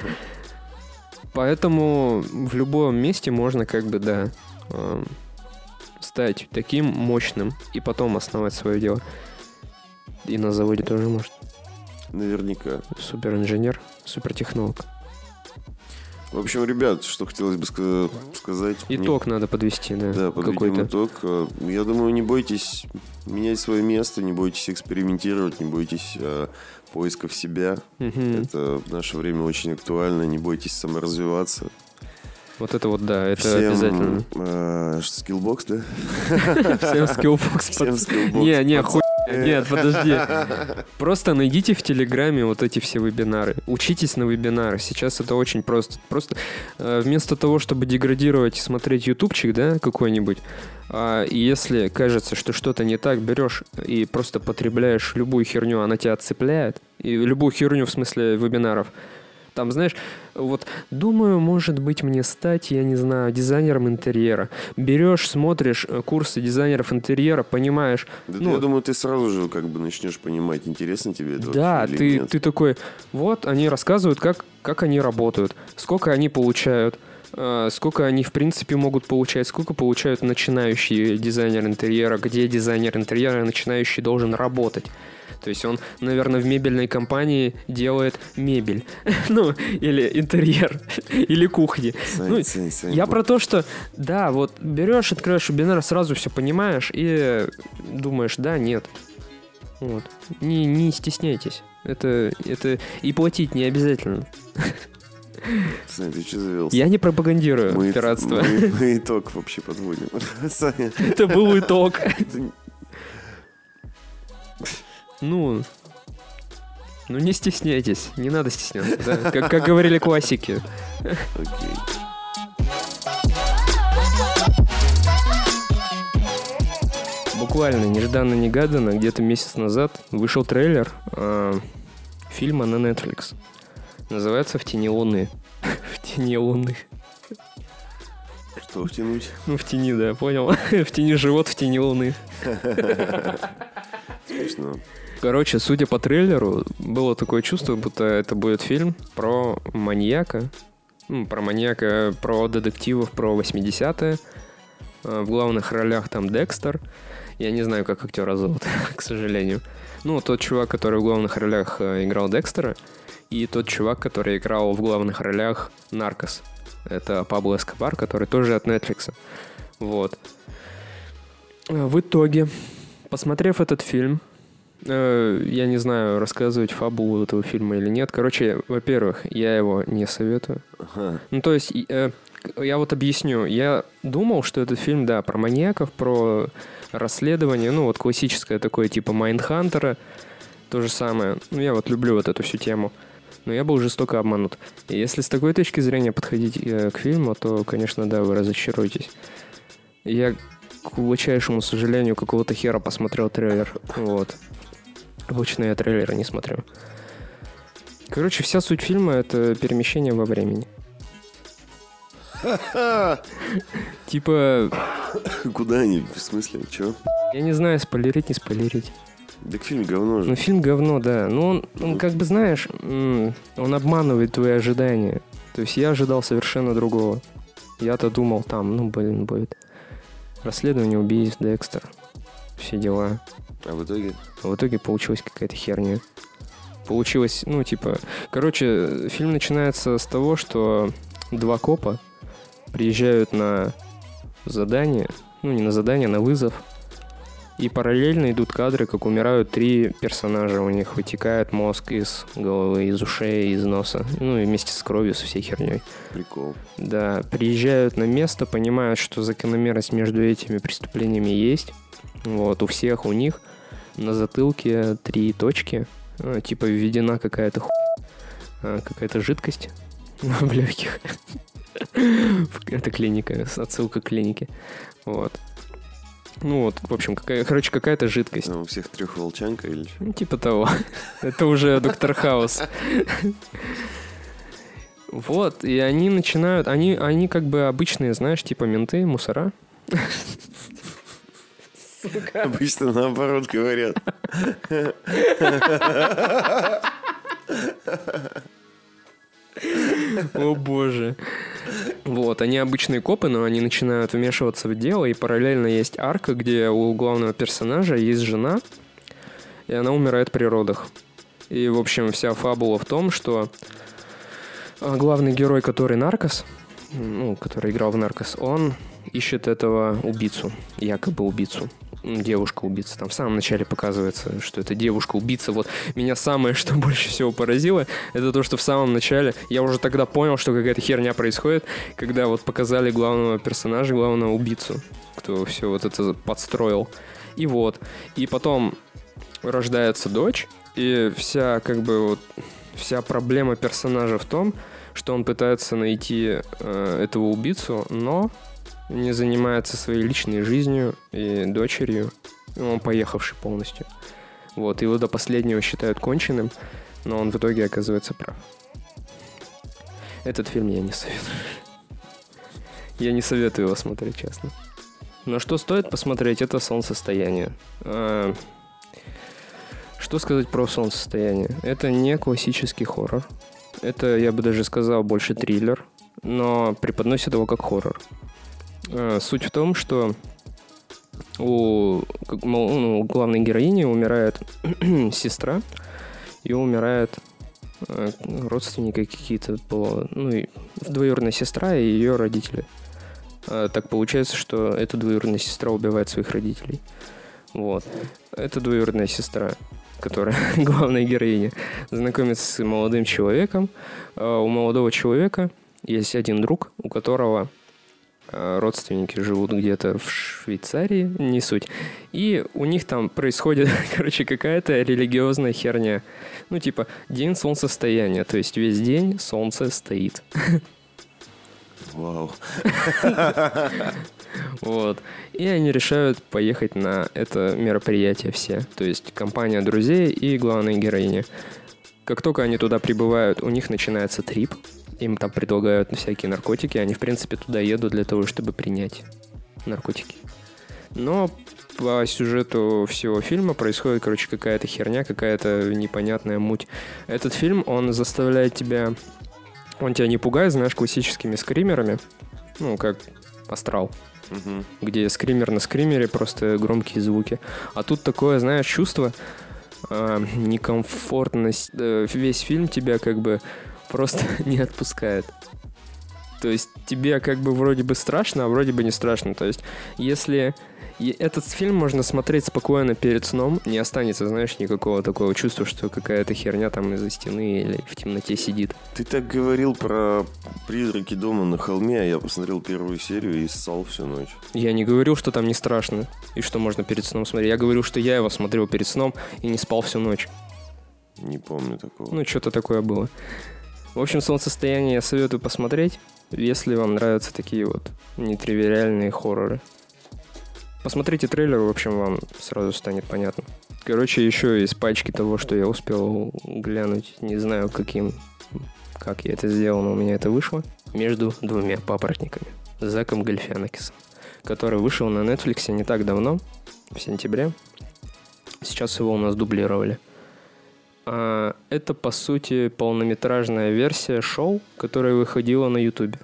Поэтому в любом месте можно как бы, да, э, стать таким мощным и потом основать свое дело. И на заводе тоже может. Наверняка. Суперинженер, супертехнолог. В общем, ребят, что хотелось бы ска- сказать. Итог не... надо подвести, да. Да, подведем итог. Я думаю, не бойтесь менять свое место, не бойтесь экспериментировать, не бойтесь э, поисков себя. Угу. Это в наше время очень актуально. Не бойтесь саморазвиваться. Вот это вот, да, это Всем, обязательно. Э, скиллбокс, да? Всем скиллбокс. Всем скиллбокс. Не, не, хуй. Нет, подожди. Просто найдите в Телеграме вот эти все вебинары. Учитесь на вебинары. Сейчас это очень просто. Просто э, вместо того, чтобы деградировать и смотреть ютубчик, да, какой-нибудь, э, и если кажется, что что-то не так, берешь и просто потребляешь любую херню, она тебя цепляет. И любую херню в смысле вебинаров. Там, знаешь, вот думаю, может быть, мне стать, я не знаю, дизайнером интерьера. Берешь, смотришь курсы дизайнеров интерьера, понимаешь. Да, ну, я думаю, ты сразу же как бы начнешь понимать, интересно тебе это. Да, или ты, нет. ты такой, вот они рассказывают, как, как они работают, сколько они получают, э, сколько они, в принципе, могут получать, сколько получают начинающие дизайнер интерьера, где дизайнер интерьера начинающий должен работать. То есть он, наверное, в мебельной компании делает мебель. Ну, или интерьер, или кухни. Сайн, ну, сайн, сайн. Я про то, что, да, вот берешь, открываешь вебинар, сразу все понимаешь и думаешь, да, нет. Вот. Не, не стесняйтесь. Это, это и платить не обязательно. Саня, ты что завелся? Я не пропагандирую мы, пиратство. Мы, мы итог вообще подводим. Саня. Это был итог. Ну, ну не стесняйтесь, не надо стесняться, да? Как, как говорили классики. Окей. Буквально нежданно-негаданно, где-то месяц назад вышел трейлер э, фильма на Netflix. Называется «В тени луны». В тени луны. Что втянуть? Ну, в тени, да, понял. В тени живот, в тени луны. Смешно. Короче, судя по трейлеру, было такое чувство, будто это будет фильм про маньяка. Ну, про маньяка, про детективов, про восьмидесятые. В главных ролях там Декстер. Я не знаю, как актера зовут, к сожалению. Ну, тот чувак, который в главных ролях играл Декстера, и тот чувак, который играл в главных ролях Наркос. Это Пабло Эскобар, который тоже от Netflix. Вот. В итоге, посмотрев этот фильм, э, я не знаю, рассказывать фабулу этого фильма или нет. Короче, во-первых, я его не советую. Ага. Ну, то есть, э, я вот объясню. Я думал, что этот фильм, да, про маньяков, про расследование, ну, вот классическое такое, типа Майндхантера, то же самое. Ну, я вот люблю вот эту всю тему. Но я был жестоко обманут. И если с такой точки зрения подходить э, к фильму, то, конечно, да, вы разочаруетесь. Я, к глубочайшему сожалению, какого-то хера посмотрел трейлер. Вот. Обычно я трейлеры не смотрю. Короче, вся суть фильма — это перемещение во времени. Типа... Куда они? В смысле? Чё? Я не знаю, спойлерить, не спойлерить. Так фильм говно же. Ну, фильм говно, да. Ну, он, он как бы, знаешь, он обманывает твои ожидания. То есть я ожидал совершенно другого. Я-то думал, там, ну, блин, будет расследование убийств, Декстер, все дела. А в итоге? А в итоге получилась какая-то херня. Получилось, ну, типа... Короче, фильм начинается с того, что два копа приезжают на задание, ну, не на задание, на вызов, и параллельно идут кадры, как умирают три персонажа. У них вытекает мозг из головы, из ушей, из носа. Ну, и вместе с кровью, со всей херней. Прикол. Да, приезжают на место, понимают, что закономерность между этими преступлениями есть. Вот, у всех у них на затылке три точки. Типа введена какая-то ху... какая-то жидкость в легких. Это клиника, отсылка к клинике. Вот. Ну вот, в общем, какая, короче, какая-то жидкость. А у всех трех волчанка или что? Ну, типа того. Это уже Доктор Хаус. Вот, и они начинают... Они, они как бы обычные, знаешь, типа менты, мусора. Сука. Обычно наоборот говорят. О боже. Вот, они обычные копы, но они начинают вмешиваться в дело, и параллельно есть арка, где у главного персонажа есть жена, и она умирает при родах. И, в общем, вся фабула в том, что главный герой, который наркос, ну, который играл в наркос, он ищет этого убийцу, якобы убийцу. Девушка-убийца. Там в самом начале показывается, что это девушка-убийца. Вот меня самое, что больше всего поразило, это то, что в самом начале я уже тогда понял, что какая-то херня происходит, когда вот показали главного персонажа, главного убийцу, кто все вот это подстроил. И вот. И потом рождается дочь, и вся как бы вот вся проблема персонажа в том, что он пытается найти э, этого убийцу, но не занимается своей личной жизнью и дочерью. Он поехавший полностью. Вот, его до последнего считают конченым, но он в итоге оказывается прав. Этот фильм я не советую. Я не советую его смотреть, честно. Но что стоит посмотреть, это «Солнцестояние». А... Что сказать про «Солнцестояние»? Это не классический хоррор. Это, я бы даже сказал, больше триллер, но преподносит его как хоррор. Суть в том, что у, ну, у главной героини умирает сестра, и умирает родственники какие-то, ну, двоюродная сестра и ее родители. Так получается, что эта двоюродная сестра убивает своих родителей. Вот. Это двоюродная сестра, которая главная героиня, знакомится с молодым человеком. У молодого человека есть один друг, у которого родственники живут где-то в Швейцарии, не суть. И у них там происходит, короче, какая-то религиозная херня. Ну, типа, день солнцестояния, то есть весь день солнце стоит. Вау. Вот. И они решают поехать на это мероприятие все. То есть компания друзей и главная героиня. Как только они туда прибывают, у них начинается трип. Им там предлагают всякие наркотики. Они, в принципе, туда едут для того, чтобы принять наркотики. Но по сюжету всего фильма происходит, короче, какая-то херня, какая-то непонятная муть. Этот фильм, он заставляет тебя... Он тебя не пугает, знаешь, классическими скримерами. Ну, как «Астрал». Угу. Где скример на скримере, просто громкие звуки. А тут такое, знаешь, чувство э, некомфортность. Э, весь фильм тебя как бы просто не отпускает. То есть тебе как бы вроде бы страшно, а вроде бы не страшно. То есть если этот фильм можно смотреть спокойно перед сном, не останется, знаешь, никакого такого чувства, что какая-то херня там из-за стены или в темноте сидит. Ты так говорил про «Призраки дома на холме», а я посмотрел первую серию и ссал всю ночь. Я не говорил, что там не страшно и что можно перед сном смотреть. Я говорил, что я его смотрел перед сном и не спал всю ночь. Не помню такого. Ну, что-то такое было. В общем, «Солнцестояние» я советую посмотреть, если вам нравятся такие вот нетривиальные хорроры. Посмотрите трейлер, в общем, вам сразу станет понятно. Короче, еще из пачки того, что я успел глянуть, не знаю, каким, как я это сделал, но у меня это вышло, «Между двумя папоротниками» с Заком Гальфианакисом, который вышел на Netflix не так давно, в сентябре. Сейчас его у нас дублировали. А, это, по сути, полнометражная версия шоу, которое выходило на Ютубе.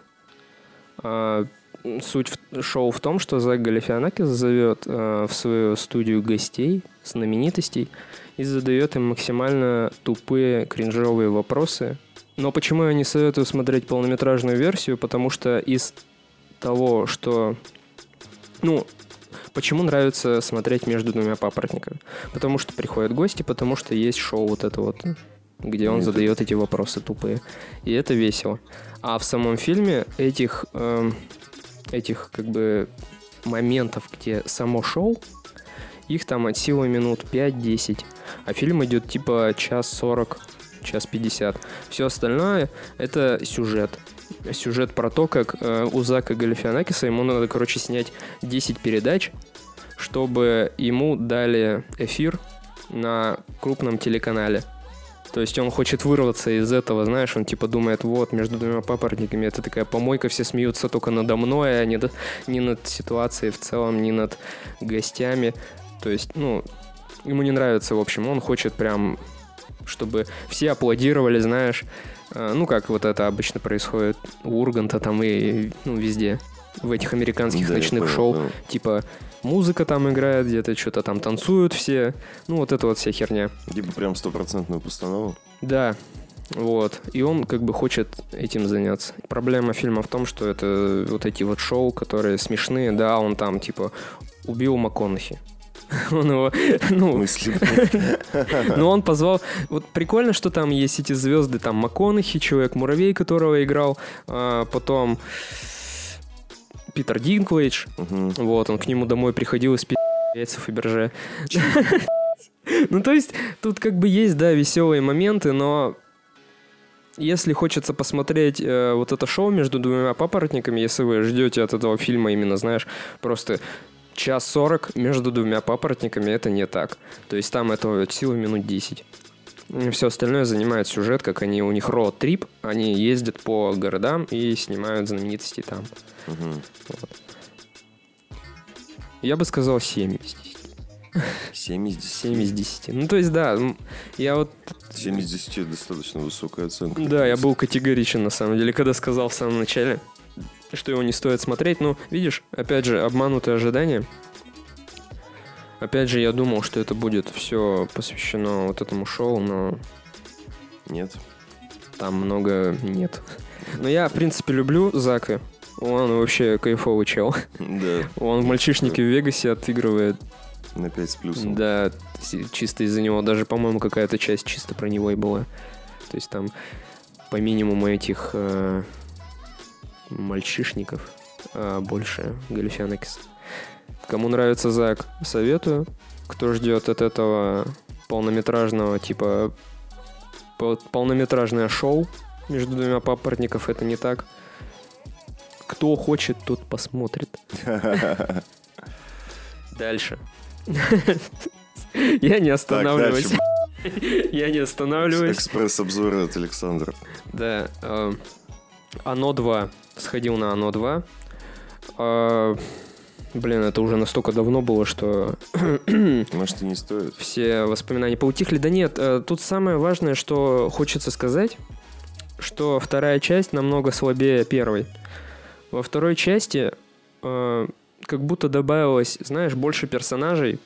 А, суть в, шоу в том, что Зак Галифианакис зовет а, в свою студию гостей, знаменитостей, и задает им максимально тупые, кринжовые вопросы. Но почему я не советую смотреть полнометражную версию? Потому что из того, что... Ну, почему нравится смотреть «Между двумя папоротниками»? Потому что приходят гости, потому что есть шоу вот это вот, где он задает эти вопросы тупые. И это весело. А в самом фильме этих, э, этих как бы моментов, где само шоу, их там от силы минут пять-десять. А фильм идет типа час сорок, час пятьдесят. Все остальное — это сюжет. Сюжет про то, как э, у Зака Галифианакиса ему надо, короче, снять десять передач, чтобы ему дали эфир на крупном телеканале. То есть он хочет вырваться из этого, знаешь, он типа думает, вот, «Между двумя папоротниками» — это такая помойка, все смеются только надо мной, а не, до, не над ситуацией в целом, не над гостями. То есть, ну, ему не нравится, в общем, он хочет прям, чтобы все аплодировали, знаешь, ну, как вот это обычно происходит у Урганта там и, ну, везде, в этих американских да, ночных понял, шоу, понял. Типа музыка там играет, где-то что-то там танцуют все, ну, вот это вот вся херня. Типа прям стопроцентную постанову? Да, вот, и он как бы хочет этим заняться. Проблема фильма в том, что это вот эти вот шоу, которые смешные, да, он там, типа, убил МакКонахи. Он его, ну, ну, он позвал. Вот прикольно, что там есть эти звезды, там МакКонахи, Человек-муравей, которого играл, а потом Питер Динклэйдж. Угу. Вот, он к нему домой приходил из пи*** яйца Фаберже. Ну, то есть, тут как бы есть, да, веселые моменты, но если хочется посмотреть э, вот это шоу «Между двумя папоротниками», если вы ждете от этого фильма именно, знаешь, просто час сорок между двумя папоротниками, это не так. То есть там этого от силы минут десять. Все остальное занимает сюжет, как они, у них роуд-трип, они ездят по городам и снимают знаменитости там. Угу. Вот. Я бы сказал семь из десяти. семь из десяти? семь из десяти. Ну, то есть, да, я вот... семь из десяти достаточно высокая оценка. Да, я был категоричен, на самом деле, когда сказал в самом начале, что его не стоит смотреть. Ну, видишь, опять же, обманутые ожидания. Опять же, я думал, что это будет все посвящено вот этому шоу, но... Нет. Там много нет. Но я, в принципе, люблю Зака. Он вообще кайфовый чел. Да. Он в «Мальчишнике в Вегасе» отыгрывает... На пять с плюсом. Да, чисто из-за него. Даже, по-моему, какая-то часть чисто про него и была. То есть там по минимуму этих э, мальчишников, а больше Галифианакис. Кому нравится Зак, советую. Кто ждет от этого полнометражного, типа полнометражное шоу «Между двумя папоротников», это не так. Кто хочет, тот посмотрит. Дальше. Я не останавливаюсь. Я не останавливаюсь. Экспресс-обзор от Александра. Да. Оно два. Сходил на Оно два. Блин, это уже настолько давно было, что... Может, и не стоит. Все воспоминания поутихли. Да нет, тут самое важное, что хочется сказать, что вторая часть намного слабее первой. Во второй части э, как будто добавилось, знаешь, больше персонажей.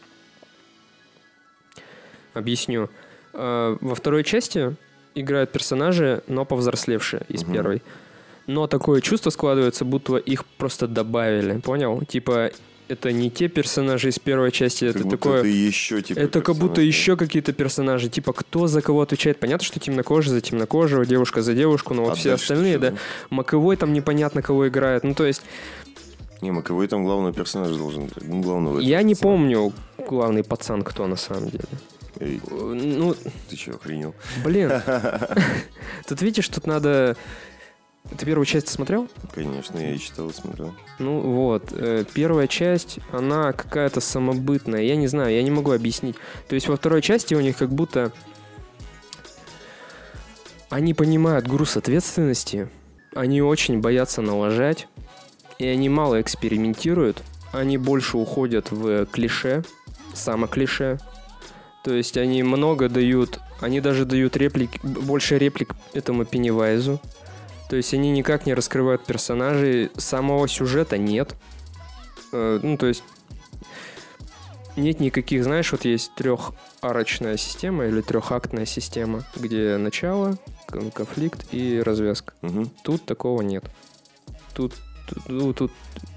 Объясню. Э, во второй части играют персонажи, но повзрослевшие из угу. первой. Но такое чувство складывается, будто их просто добавили, понял? Типа, это не те персонажи из первой части, как это такое... Это еще типа Это как будто еще какие-то персонажи, типа, кто за кого отвечает. Понятно, что темнокожий за темнокожего, девушка за девушку, но вот а все остальные, да. Маковой там непонятно кого играет, ну то есть... Не, Маковой там главный персонаж должен играть. Ну, главного Я не помню главный пацан кто на самом деле. Эй, ну... Ты че, охренел? Блин. Тут видишь, тут надо... Ты первую часть смотрел? Конечно, я и читал, и смотрел. Ну вот, э, первая часть, она какая-то самобытная. Я не знаю, я не могу объяснить. То есть во второй части у них как будто... Они понимают груз ответственности, они очень боятся налажать, и они мало экспериментируют. Они больше уходят в клише, самоклише. То есть они много дают, они даже дают реплики, больше реплик этому Пеннивайзу. То есть они никак не раскрывают персонажей, самого сюжета нет. Э, ну, то есть нет никаких, знаешь, вот есть трехарочная система или трехактная система, где начало, конфликт и развязка. Угу. Тут такого нет. Тут, тут, тут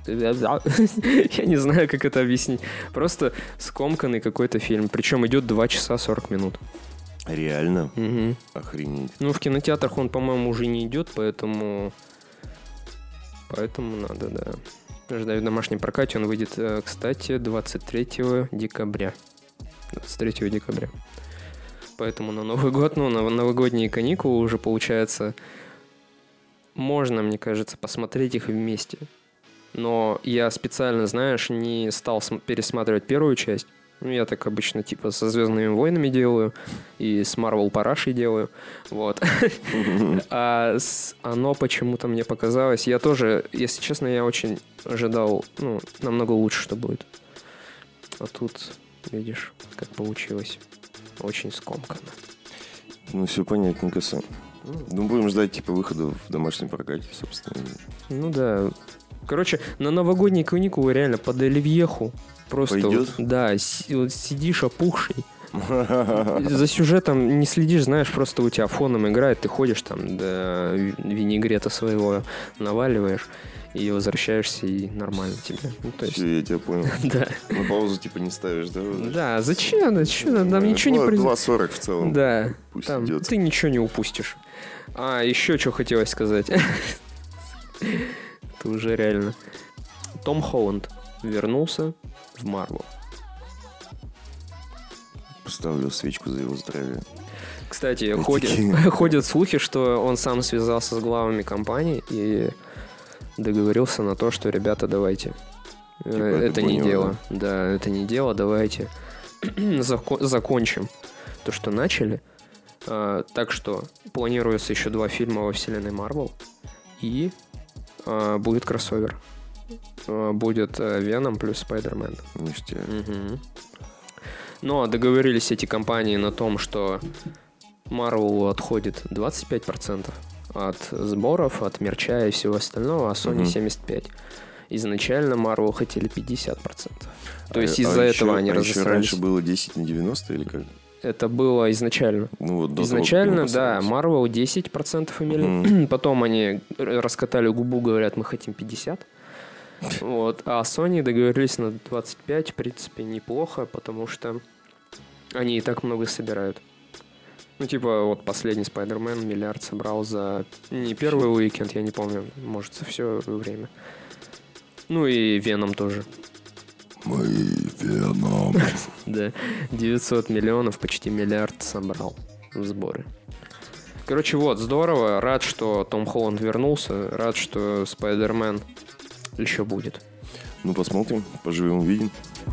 я не знаю, как это объяснить. Просто скомканный какой-то фильм. Причем идет два часа сорок минут. Реально? Угу. Охренеть. Ну, в кинотеатрах он, по-моему, уже не идет, поэтому... Поэтому надо, да. Ждать в домашнем прокате. Он выйдет, кстати, двадцать третьего декабря. двадцать третьего декабря. Поэтому на Новый год, ну, на новогодние каникулы уже, получается, можно, мне кажется, посмотреть их вместе. Но я специально, знаешь, не стал пересматривать первую часть. Ну, я так обычно, типа, со «Звездными войнами» делаю и с Marvel парашей делаю. Вот. А оно почему-то мне показалось... Я тоже, если честно, я очень ожидал, ну, намного лучше, что будет. А тут, видишь, как получилось. Очень скомканно. Ну, все понятненько, Сам. Ну, будем ждать, типа, выхода в домашнем прокате, собственно. Ну, да. Короче, на новогодние каникулы реально под Оливьеху просто... Пойдет? Вот, да, си- вот сидишь опухший. За сюжетом не следишь, знаешь, просто у тебя фоном играет, ты ходишь там до винегрета своего наваливаешь и возвращаешься, и нормально тебе. Ну, то есть... Все, я тебя понял. Да. На паузу, типа, не ставишь, да? Да, зачем? Зачем? Там ничего не Ну, произойдет. два сорок в целом. Да, Пусть там идет. ты ничего не упустишь. А, еще что хотелось сказать. Это уже реально. Том Холланд вернулся в Марвел. Поставлю свечку за его здоровье. Кстати, Вот ходят, такие. ходят слухи, что он сам связался с главами компаний и договорился на то, что, ребята, давайте. э, Типа, это это не понял, дело. Да, это не дело, давайте зако- закончим то, что начали. А, так что планируется еще два фильма во вселенной Марвел. И а, будет кроссовер. А, будет а, Веном плюс Спайдермен. Ништяк. Угу. Но договорились эти компании на том, что Marvel отходит двадцать пять процентов от сборов, от мерча и всего остального, а Sony Мгм. семьдесят пять процентов. Изначально Marvel хотели пятьдесят процентов. То А- есть а из-за еще- этого они а еще разосрались. раньше было десять на девяносто или как? Это было изначально. Ну, вот до Изначально, того, как да, его Marvel десять процентов имели. Мгм. Потом они раскатали губу, говорят, мы хотим пятьдесят. Вот. А Sony договорились на двадцать пять, в принципе, неплохо, потому что они и так много собирают. Ну, типа, вот последний Спайдермен миллиард собрал за... Не первый уикенд, я не помню, может, за все время. Ну и Веном тоже. Мы Веном. Да, девятьсот миллионов, почти миллиард собрал в сборы. Короче, вот, здорово. Рад, что Том Холланд вернулся. Рад, что Спайдермен еще будет. Ну, посмотрим, поживем, увидим.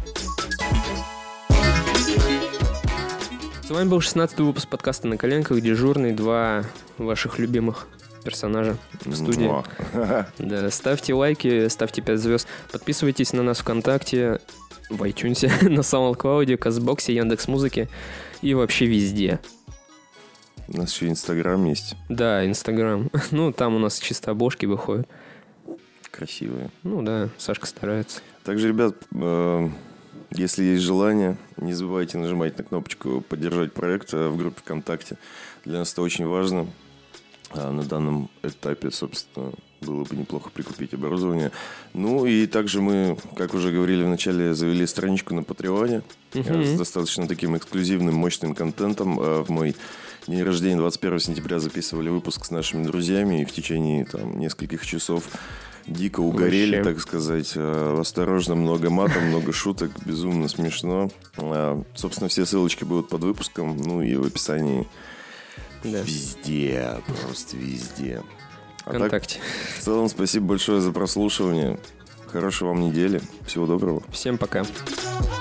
С вами был шестнадцатый выпуск подкаста «На коленках». Дежурный, два ваших любимых персонажа в студии. Муа. Да, ставьте лайки, ставьте пять звезд. Подписывайтесь на нас ВКонтакте, в iTunes, на SoundCloud, Казбоксе, Яндекс.Музыке и вообще везде. У нас еще Инстаграм есть. Да, Инстаграм. Ну, там у нас чисто обложки выходят. Красивые. Ну да, Сашка старается. Также, ребят, э, если есть желание, не забывайте нажимать на кнопочку «Поддержать проект» в группе ВКонтакте. Для нас это очень важно. А на данном этапе, собственно, было бы неплохо прикупить оборудование. Ну и также мы, как уже говорили в начале, завели страничку на Патреоне Мгм. с достаточно таким эксклюзивным, мощным контентом. А В мой день рождения, двадцать первого сентября, записывали выпуск с нашими друзьями и в течение там нескольких часов дико угорели, Вообще. так сказать. А, Осторожно, много мата, много шуток, безумно смешно. А, Собственно, все ссылочки будут под выпуском, ну и в описании. Да. Везде, просто везде. А так, ВКонтакте. в целом, спасибо большое за прослушивание. Хорошей вам недели. Всего доброго. Всем пока.